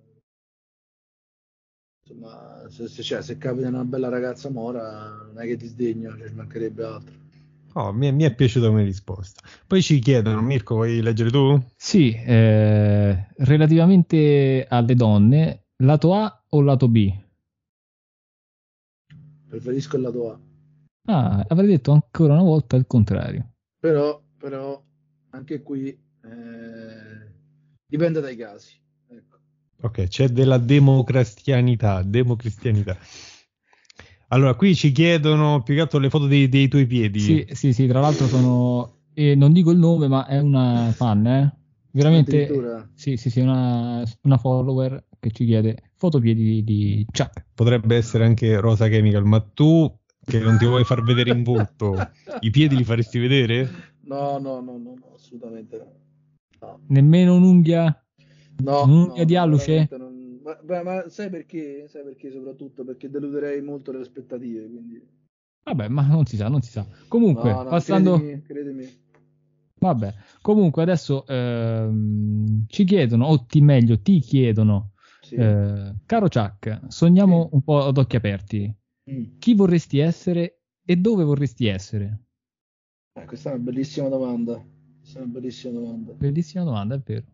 insomma, se, se, cioè, se capita una bella ragazza mora, non è che ti sdegno, cioè, ci mancherebbe altro. Oh, mi, è- mi è piaciuta come risposta. Poi ci chiedono, Mirko, vuoi leggere tu? Sì, eh, relativamente alle donne, lato A o lato B? Preferisco il lato A. Ah, avrei detto ancora una volta il contrario. Però, però anche qui eh, dipende dai casi. Ecco. Ok, c'è della democristianità, democristianità. Allora, qui ci chiedono più che altro le foto dei, dei tuoi piedi. Sì, sì, sì, tra l'altro sono, eh, non dico il nome, ma è una fan, eh? Veramente, Addirittura. sì, sì, sì, una, una follower che ci chiede fotopiedi di Chuck. Potrebbe essere anche Rosa Chemical, ma tu che non ti vuoi far vedere in volto, i piedi li faresti vedere? No, no, no, no, no, assolutamente no. No. Nemmeno un'unghia? No, Un'unghia no, di no, alluce? non... ma, beh, ma sai perché? Sai perché soprattutto? Perché deluderei molto le aspettative, quindi... Vabbè, ma non si sa, non si sa. Comunque, No, no, passando... credimi, credimi. Vabbè, comunque adesso ehm, ci chiedono, o ti meglio, ti chiedono, Sì. eh, caro Chuck, sogniamo Sì. un po' ad occhi aperti. Mm. Chi vorresti essere e dove vorresti essere? Eh, questa è una bellissima domanda. Questa è una bellissima domanda. Bellissima domanda, è vero.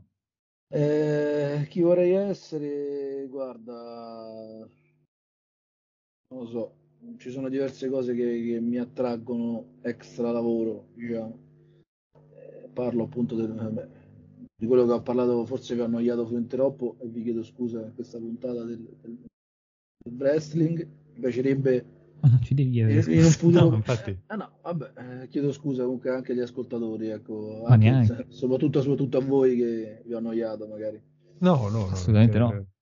Eh, chi vorrei essere? Guarda, non lo so, ci sono diverse cose che, che mi attraggono extra lavoro, diciamo. Eh, parlo appunto del, vabbè, di quello che ho parlato, forse vi ho annoiato fin troppo e vi chiedo scusa per questa puntata del, del, del wrestling. Mi piacerebbe Ma non ci devi chiedere in, in un scusa. futuro... No, infatti. Ah no, vabbè, eh, chiedo scusa comunque anche agli ascoltatori, ecco, Ma anche, neanche. soprattutto, soprattutto a voi che vi ho annoiato magari. No, no, no. Assolutamente cioè, no.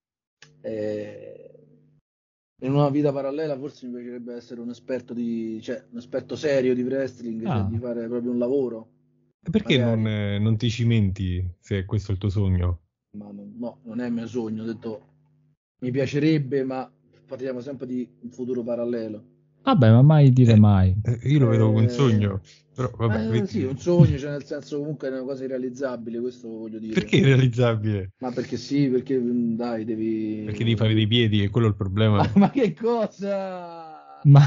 Eh, in una vita parallela forse mi piacerebbe essere un esperto di, cioè un esperto serio di wrestling, cioè Ah. di fare proprio un lavoro. Perché magari. non, eh, non ti cimenti se questo è il tuo sogno? Ma non, no, non è il mio sogno, ho detto mi piacerebbe, ma parliamo sempre di un futuro parallelo. Vabbè, ma mai dire Eh, mai. eh, io lo vedo come un Eh, sogno, però vabbè, eh, vedi- sì, un sogno, cioè nel senso comunque è una cosa irrealizzabile, questo voglio dire. perché è irrealizzabile? Ma perché sì, perché mh, dai, devi... Perché devi fare dei piedi e quello è il problema. Ma, ma che cosa? Ma...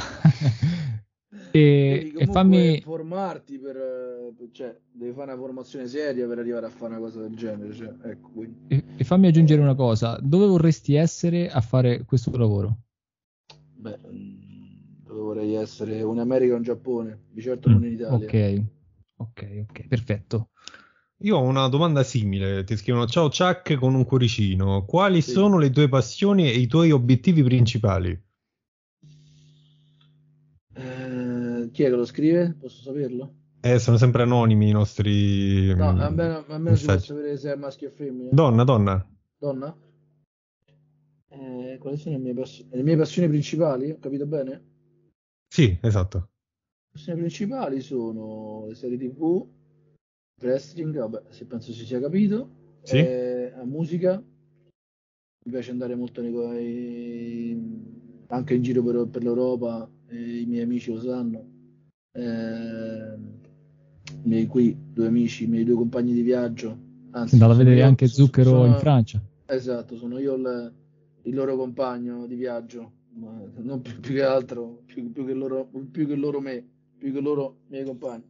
e, Devi e comunque fammi... formarti per, eh, cioè, devi fare una formazione seria per arrivare a fare una cosa del genere, cioè, ecco, quindi. E, e fammi aggiungere una cosa. Dove vorresti essere a fare questo lavoro? Beh, mh, dove vorrei essere? Un America o un Giappone, di certo non in Italia. Ok, ok, ok, perfetto. Io ho una domanda simile, ti scrivono ciao Chuck con un cuoricino, quali Sì. sono le tue passioni e i tuoi obiettivi principali? Eh, chi è che lo scrive? Posso saperlo? Eh, sono sempre anonimi i nostri No, mm, almeno, almeno si può messaggi. sapere se è maschio o femmina. Donna, donna. Donna? Eh, quali sono le mie, pass- le mie passioni principali? Ho capito bene? Sì, esatto. Le passioni principali sono le serie tivù, wrestling, vabbè, se penso si sia capito, Sì? eh, la musica, mi piace andare molto nei, coi- anche in giro per, per l'Europa, eh, i miei amici lo sanno, eh, i miei qui due amici, i miei due compagni di viaggio, Sei anzi, andato a sono vedere io, anche so- so- Zucchero sono- in Francia. esatto, sono io il, il loro compagno di viaggio, ma non più, più che altro, più, più che loro, più che loro me, più che loro miei compagni.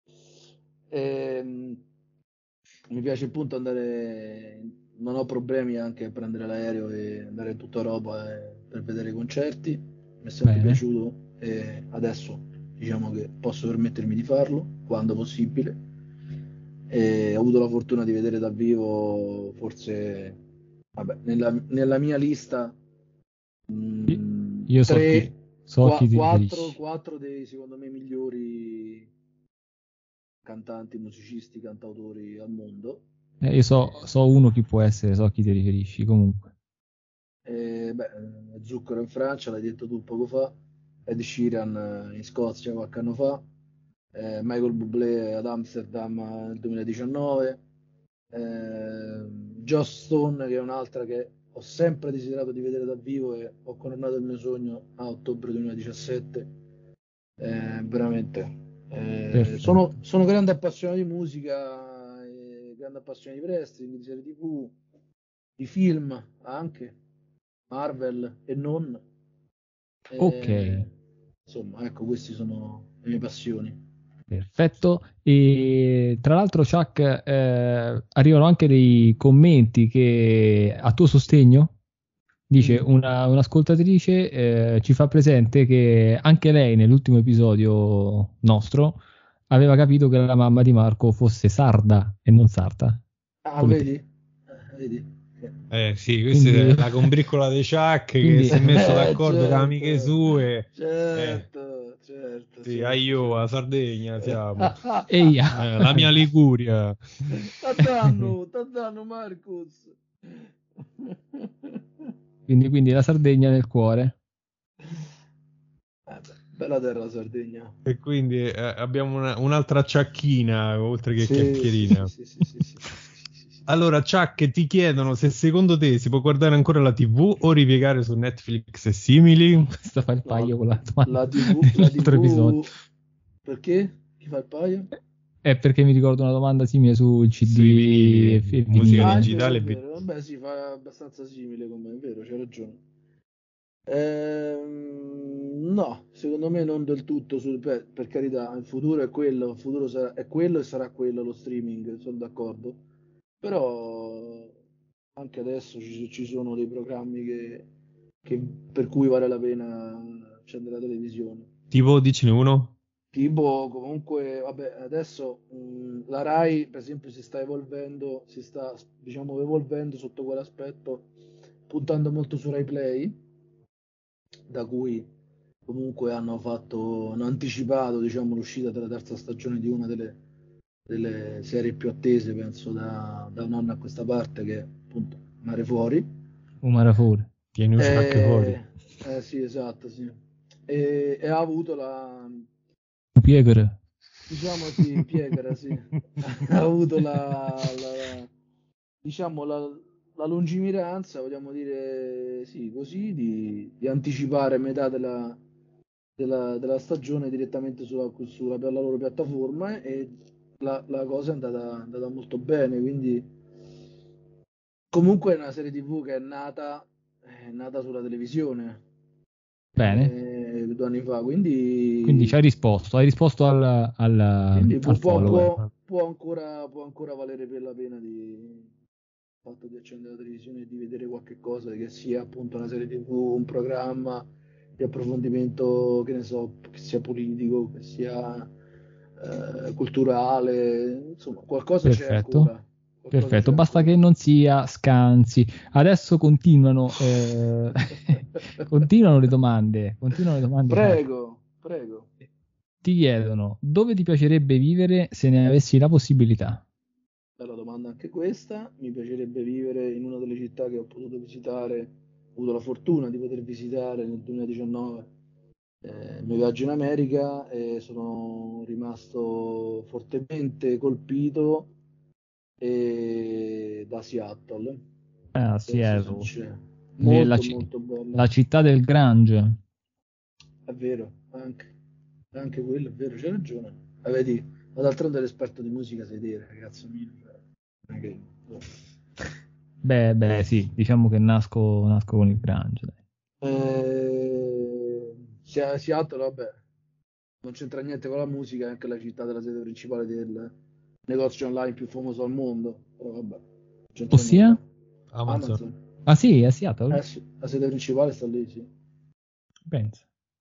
Ehm, mi piace appunto andare, non ho problemi anche a prendere l'aereo e andare in tutta Europa eh, per vedere i concerti, mi è sempre Bene. piaciuto e adesso diciamo che posso permettermi di farlo quando possibile. E ho avuto la fortuna di vedere dal vivo forse, vabbè, nella, nella mia lista Io mh, io so tre, chi, so a qua- chi ti quattro, riferisci. quattro dei secondo me migliori cantanti, musicisti, cantautori al mondo. Eh, io so, so uno chi può essere, so a chi ti riferisci. Comunque, E, beh, eh, Zucchero in Francia, l'hai detto tu poco fa, Ed Sheeran eh, in Scozia qualche anno fa, eh, Michael Bublé ad Amsterdam eh, nel duemiladiciannove, eh, Joss Stone che è un'altra che ho sempre desiderato di vedere dal vivo e ho coronato il mio sogno a ottobre duemiladiciassette. Eh, veramente. Eh, sono, perfetto. sono grande appassionato di musica, eh, grande appassionato di wrestling, di serie tivù, di film anche, Marvel e non. Ok, Eh, insomma, ecco, queste sono le mie passioni. perfetto. E tra l'altro, Chuck, eh, arrivano anche dei commenti che a tuo sostegno dice Mm. una, un'ascoltatrice eh, ci fa presente che anche lei nell'ultimo episodio nostro aveva capito che la mamma di Marco fosse sarda e non sarda, Ah, come vedi? te. Eh, vedi? Eh sì, questa Quindi, è la combriccola dei Chuck che quindi si è messo Eh, d'accordo con le certo, amiche sue. Eh, certo, certo, sì, certo, aio, a certo. Sardegna siamo. eia. Eh, la mia Liguria. T'addanno, t'addanno Marcus. Quindi, quindi la Sardegna nel cuore. Eh beh, bella terra la Sardegna. E quindi eh, abbiamo una- un'altra ciacchina, oltre che Sì, sì, chiacchierina. sì, sì, sì, sì, sì, sì, sì, sì, sì. Allora, Chuck, ti chiedono se secondo te si può guardare ancora la T V o ripiegare su Netflix e simili? Questo fa il No, paio con la domanda la tivù, la dell'altro episodio. tivù, perché? Chi fa il paio? È perché mi ricordo una domanda simile sul C D Sui vinili, e e musica Ah, è vinile. vero, è digitale e vero. vinile. Vabbè, sì, fa abbastanza simile con me, è vero, c'hai ragione. Ehm, no, secondo me non del tutto, sul- per, per carità, il futuro è quello, il futuro sarà, è quello e sarà quello lo streaming, sono d'accordo. Però anche adesso ci, ci sono dei programmi che, che- per cui vale la pena accendere la televisione. Tipo, dicene uno? Tipo, comunque, vabbè, adesso mh, la Rai, per esempio, si sta evolvendo, si sta, diciamo, evolvendo sotto quell'aspetto, puntando molto su Rai Play, da cui comunque hanno fatto, hanno anticipato, diciamo, l'uscita della terza stagione di una delle, delle serie più attese, penso, da, da un anno a questa parte, che è appunto Mare Fuori. Umara fuori. Tieni un Chuck fuori. E, eh, sì, esatto, sì. E, e ha avuto la, Piegare. diciamo sì, Piegara, sì, ha avuto la, la- diciamo la, la lungimiranza, vogliamo dire sì, così, di, di anticipare metà della, della, della stagione direttamente sulla, sulla per la loro piattaforma e la, la cosa è andata, è andata molto bene, quindi comunque è una serie T V che è nata, è nata sulla televisione Bene. eh, due anni fa, quindi Quindi ci hai risposto. Hai risposto al, al, Quindi al può, può- follower. può- può ancora, può ancora valere per la pena di il fatto di accendere la televisione e di vedere qualche cosa che sia appunto una serie T V, un programma di approfondimento, che ne so, che sia politico, che sia eh, culturale, insomma, qualcosa c'è Perfetto. ancora. Qualcosa c'è Perfetto, basta che ancora. non sia scansi. Adesso continuano, eh, continuano le domande. Continuano le domande, Marco. Prego, prego. Ti chiedono dove ti piacerebbe vivere se ne avessi la possibilità. Bella domanda anche questa. Mi piacerebbe vivere in una delle città che ho potuto visitare, ho avuto la fortuna di poter visitare nel duemiladiciannove, eh, il mio viaggio in America, e sono rimasto fortemente colpito eh, da Seattle, Ah, devo essere Seattle, sincero. lì è la, Molto ci- molto bella. la città del Grange. È vero, anche, anche quello, è vero, c'è ragione. Ah, vedi, ma d'altronde l'esperto di musica sei te, ragazzo mio. Cioè, non è che- boh. Beh, beh, sì, diciamo che nasco, nasco con il Grange. Dai. Eh, Sia- Seattle, vabbè, non c'entra niente con la musica, è anche la città della sede principale del negozio online più famoso al mondo, però vabbè, non c'entra Ossia? nulla. Amazon. Amazon, Ah sì, a Seattle? eh sì, la sede principale sta lì, sì. Penso.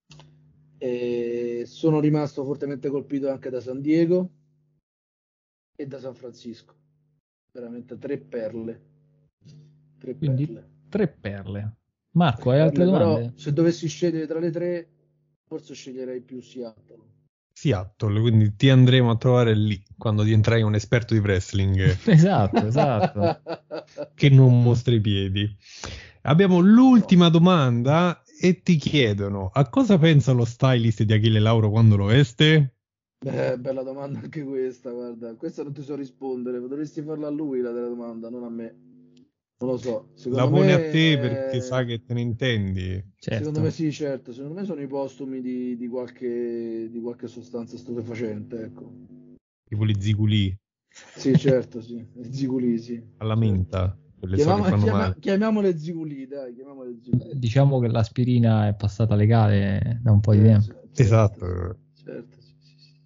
E sono rimasto fortemente colpito anche da San Diego e da San Francisco, veramente tre perle, tre Quindi perle, tre perle. Marco, tre hai altre perle, però domande? se dovessi scegliere tra le tre, forse sceglierei più Seattle. Seattle, quindi ti andremo a trovare lì quando diventerai un esperto di wrestling Esatto, esatto. che non mostra i piedi. Abbiamo l'ultima domanda e ti chiedono a cosa pensa lo stylist di Achille Lauro quando lo veste? Beh, bella domanda anche questa, guarda, questa non ti so rispondere, dovresti farla a lui la della domanda, non a me. Non lo so, La secondo pone a te perché sa me, che te ne intendi. secondo me Certo. sì, certo, secondo me sono i postumi di, di qualche, di qualche sostanza stupefacente, ecco. Tipo gli ziguli Sì, certo, sì, ziguli, sì, alla certo. menta, quelle so che Chiamiamo, fanno chiama- male. chiamiamole ziguli, dai, chiamiamole ziguli. Diciamo che l'aspirina è passata legale da un po' di Eh, tempo. certo, certo, sì, Esatto. certo, sì, sì, sì.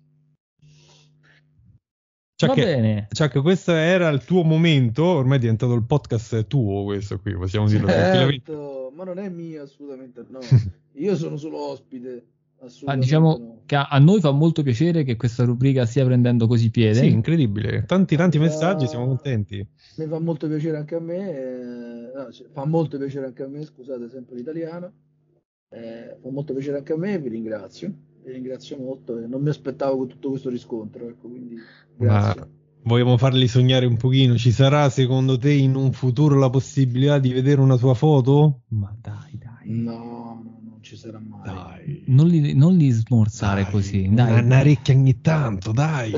Va Chuck, bene. Chuck, questo era il tuo momento, ormai è diventato il podcast tuo questo qui, possiamo dirlo tranquillamente. Certo, ma non è mio, assolutamente no. Io sono solo ospite, Ah, assolutamente diciamo no. che a, a noi fa molto piacere che questa rubrica stia prendendo così Sì, piede. incredibile. Tanti, Ah, mi tanti messaggi, siamo fa, contenti. mi fa molto piacere anche a me, eh, no, cioè, fa molto piacere anche a me, scusate, sempre l'italiano. Eh, fa molto piacere anche a me, vi ringrazio, vi ringrazio molto e non mi aspettavo con tutto questo riscontro, ecco, quindi Ma grazie. Vogliamo farli sognare un pochino. Ci sarà secondo te in un futuro la possibilità di vedere una tua foto? Ma dai, dai. No, no, non ci sarà mai. Dai. Non li, non li smorzare Dai, così. Una, Dai. una orecchia ogni tanto, dai.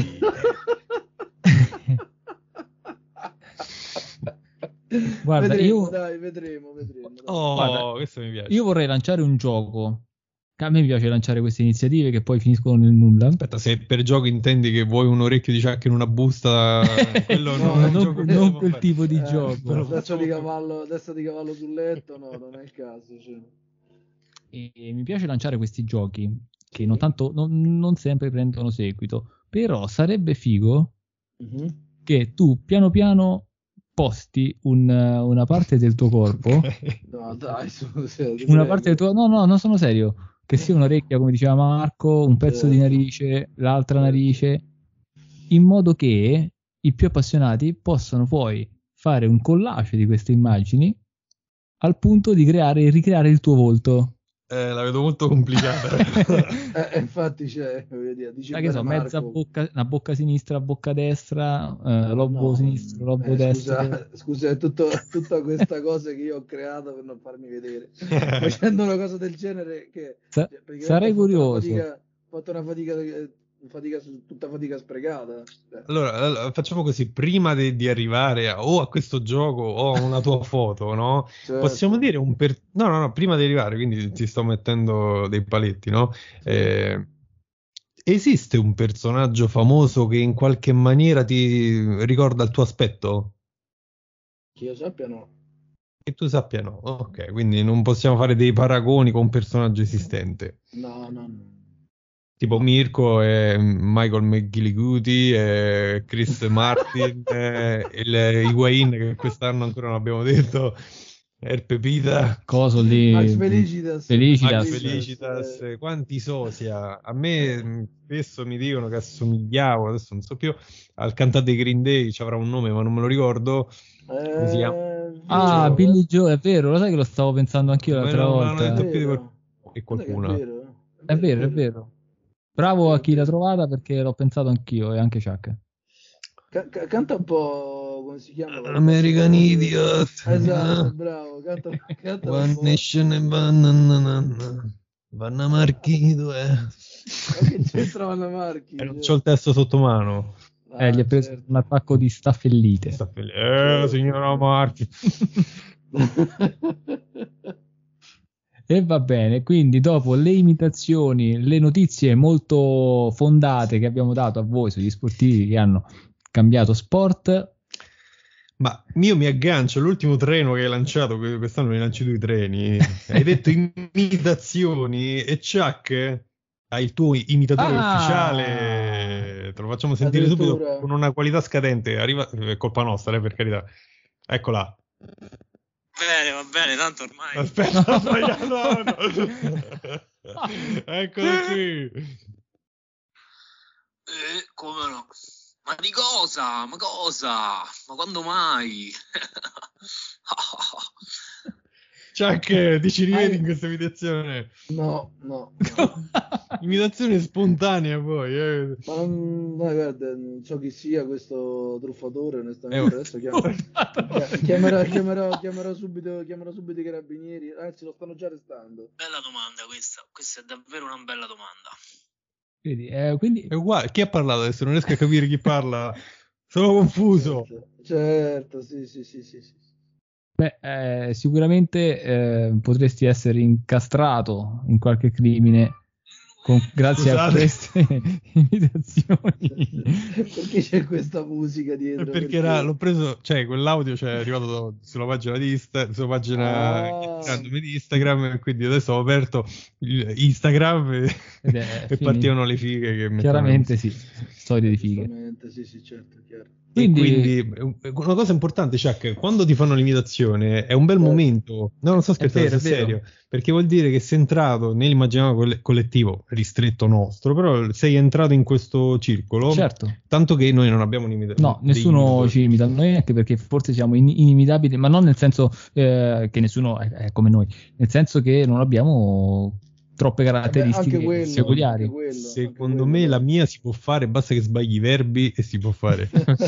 Guarda, vedremo, io, dai, vedremo, vedremo. Dai. Oh, Guarda, questo mi piace. io vorrei lanciare un gioco. A me piace lanciare queste iniziative che poi finiscono nel nulla. Aspetta, se per gioco intendi che vuoi un orecchio di Chuck in una busta, quello No, non è un non, gioco che non possiamo quel fare. tipo di Eh, gioco. però- Testa di cavallo, testa di cavallo sul letto, no, non è il caso. Cioè. E, e mi piace lanciare questi giochi che non, tanto, non, non sempre prendono seguito. Però sarebbe figo Mhm. che tu piano piano posti un- una parte del tuo corpo, No, dai, su, su, ti una prego. parte del tuo... No, no, non sono serio. Che sia un'orecchia, come diceva Marco, un pezzo di Certo. narice, l'altra Certo. narice, in modo che i più appassionati possano poi fare un collage di queste immagini al punto di creare e ricreare il tuo volto. Eh, la vedo molto complicata. Eh, infatti c'è, voglio dire, dice Sai che so, bene mezza Marco. bocca, una bocca sinistra, bocca destra, eh, lobo No, sinistro, lobo eh, destro. Scusa, scusa, è tutto- tutta questa cosa che io ho creato per non farmi vedere. Facendo una cosa del genere che Sa- cioè, praticamente sarei ho fatto una curioso. fatica, ho fatto una fatica, eh, fatica su- tutta fatica sprecata. Cioè, Allora, allora, facciamo così, prima de- di arrivare a, o a questo gioco o a una tua foto, no? certo. Possiamo dire un per... No, no, no, prima di arrivare, quindi ti sto mettendo dei paletti, no? Eh, esiste un personaggio famoso che in qualche maniera ti ricorda il tuo aspetto? Che io sappia no. Che tu sappia no. Ok, quindi non possiamo fare dei paragoni con un personaggio esistente. No, no, no. Tipo Mirko e Michael McGillicuddy e Chris Martin e il Higuain che quest'anno ancora non abbiamo detto, Erpe Pita, Coso lì. Max Felicitas. Felicitas. Max Felicitas, eh, quanti sosia. A me mh, spesso mi dicono che assomigliavo, adesso non so più, al cantante dei Green Day, ci avrà un nome ma non me lo ricordo. Come si chiama? eh, Ah, vero, Billy Joe, è vero, lo sai che lo stavo pensando anch'io Ma l'altra non- non hanno volta. detto più di vero. qual- e Guarda che è qualcuna. vero, È vero, è vero. Bravo Vero, a chi l'ha vero. trovata perché l'ho pensato anch'io e anche Chuck. Ca- ca- canta un po', come si chiama? American Idiot. Esatto, bravo, canta, canta un One po'. Nation e Vanna Vanna Marchito, eh. Ma che c'entra la Marchi? E non c'ho il testo sotto mano. Ah, Eh, gli ha preso certo. un attacco di staffellite. Sta fel- Eh, signora Marchi. E va bene, quindi dopo le imitazioni, le notizie molto fondate che abbiamo dato a voi sugli sportivi che hanno cambiato sport, Ma io mi aggancio all'ultimo treno che hai lanciato, que- quest'anno ne lanci due treni. Hai detto imitazioni e Chuck ha il tuo imitatore Ah! ufficiale. Te lo facciamo sentire subito Addirittura. con una qualità scadente. Arriva, è colpa nostra, eh, per carità. Eccola. Bene, va bene, tanto ormai. Aspetta, ho sbagliato. No, no. Eccolo qui. Eh, come no? Ma di cosa? Ma cosa? Ma quando mai? Chuck, ti ci rivedi in questa imitazione? No, no, no. Imitazione spontanea poi. Eh. Ma non, no, guarda, non so chi sia questo truffatore, onestamente. Eh, Adesso chiamo, chi- chiamerò, chiamerò, chiamerò subito, chiamerò subito i carabinieri. Anzi, lo stanno già arrestando. Bella domanda questa. Questa è davvero una bella domanda. vedi, eh, quindi È uguale. Chi ha parlato adesso? Non riesco a capire chi parla. Sono confuso. Certo, certo, sì, sì, sì, sì, sì. beh, eh, sicuramente eh, potresti essere incastrato in qualche crimine con- grazie a Scusate. queste imitazioni. Perché c'è questa musica dietro? Perché era, l'ho preso, cioè quell'audio c'è arrivato da- sulla pagina di Insta, sulla pagina Ah. di Instagram, e quindi adesso ho aperto il Instagram e, Ed è e finito. partivano le fighe che mettevano Chiaramente le sì, storie di fighe. Giustamente, sì, sì, certo, chiaro. E Quindi, quindi eh, una cosa importante, Chuck, quando ti fanno l'imitazione è un bel Certo. momento, no, non sto scherzando, vero, sul è vero. serio, perché vuol dire che sei entrato nell'immaginario coll- collettivo ristretto nostro, però sei entrato in questo circolo, certo, tanto che noi non abbiamo un'imitazione. no, nessuno ci imita noi, anche perché forse siamo in- inimitabili, ma non nel senso eh, che nessuno è, è come noi, nel senso che non abbiamo troppe caratteristiche Vabbè, quello, peculiari. quello, Secondo quello, me la però. mia si può fare, basta che sbagli i verbi e si può fare.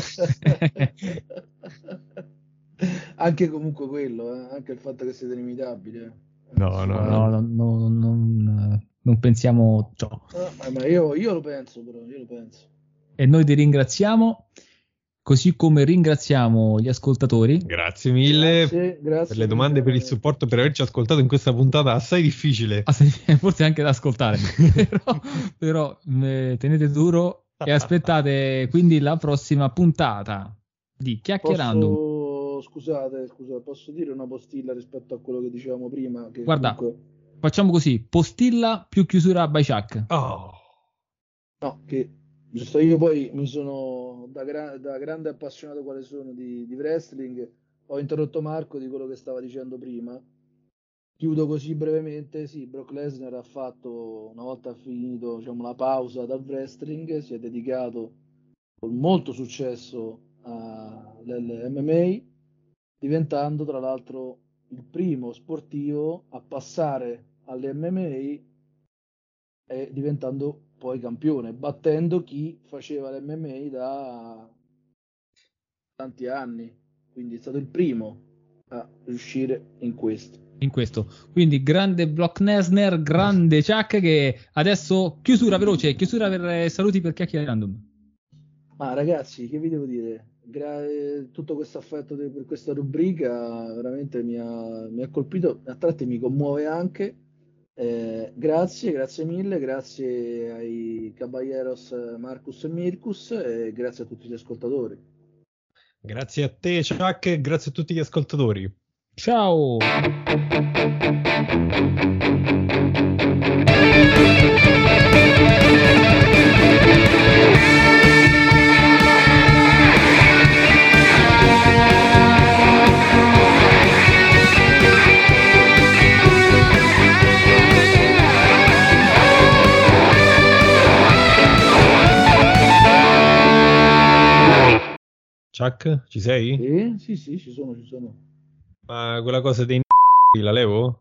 Anche comunque quello, eh, anche il fatto che siete inimitabili. Eh. No, no, No, no. no, no, non, non pensiamo ciò. No, ma io, io lo penso, però, io lo penso. E noi ti ringraziamo, così come ringraziamo gli ascoltatori. Grazie mille Grazie, grazie per le domande, per il veramente. supporto, per averci ascoltato in questa puntata assai difficile. Ah, sì, forse anche da ascoltare, però, però eh, tenete duro e aspettate quindi la prossima puntata di Chiacchierando. Posso, scusate, scusate, posso dire una postilla rispetto a quello che dicevamo prima? Che Guarda, comunque, facciamo così, postilla più chiusura by Chuck. Oh. no, che giusto, io poi mi sono da, gra- da grande appassionato quale sono di, di wrestling, ho interrotto Marco di quello che stava dicendo prima. Chiudo così brevemente, sì, Brock Lesnar ha fatto, una volta finito, diciamo, la pausa dal wrestling, si è dedicato con molto successo all'M M A, diventando tra l'altro il primo sportivo a passare all'M M A e diventando poi campione, battendo chi faceva l'M M A da tanti anni, quindi è stato il primo a riuscire in questo. In questo, quindi grande Brock Lesnar, grande Chuck, che adesso chiusura veloce, chiusura per eh, saluti per Chiacchierando. Ma ragazzi, che vi devo dire? Gra- tutto questo affetto de- per questa rubrica veramente mi ha, mi ha colpito, a tratti mi commuove anche. Eh, grazie, grazie mille, grazie ai Caballeros Marcus e Mircus e grazie a tutti gli ascoltatori. Grazie a te, Chuck, e grazie a tutti gli ascoltatori. Ciao! Chuck, ci sei? Sì, sì, sì, ci sono, ci sono. Ma quella cosa dei n- la levo?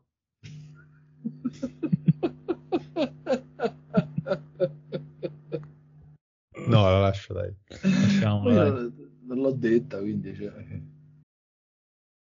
No, la lascio, dai. Lasciamola, Io dai. non, non l'ho detta, quindi cioè.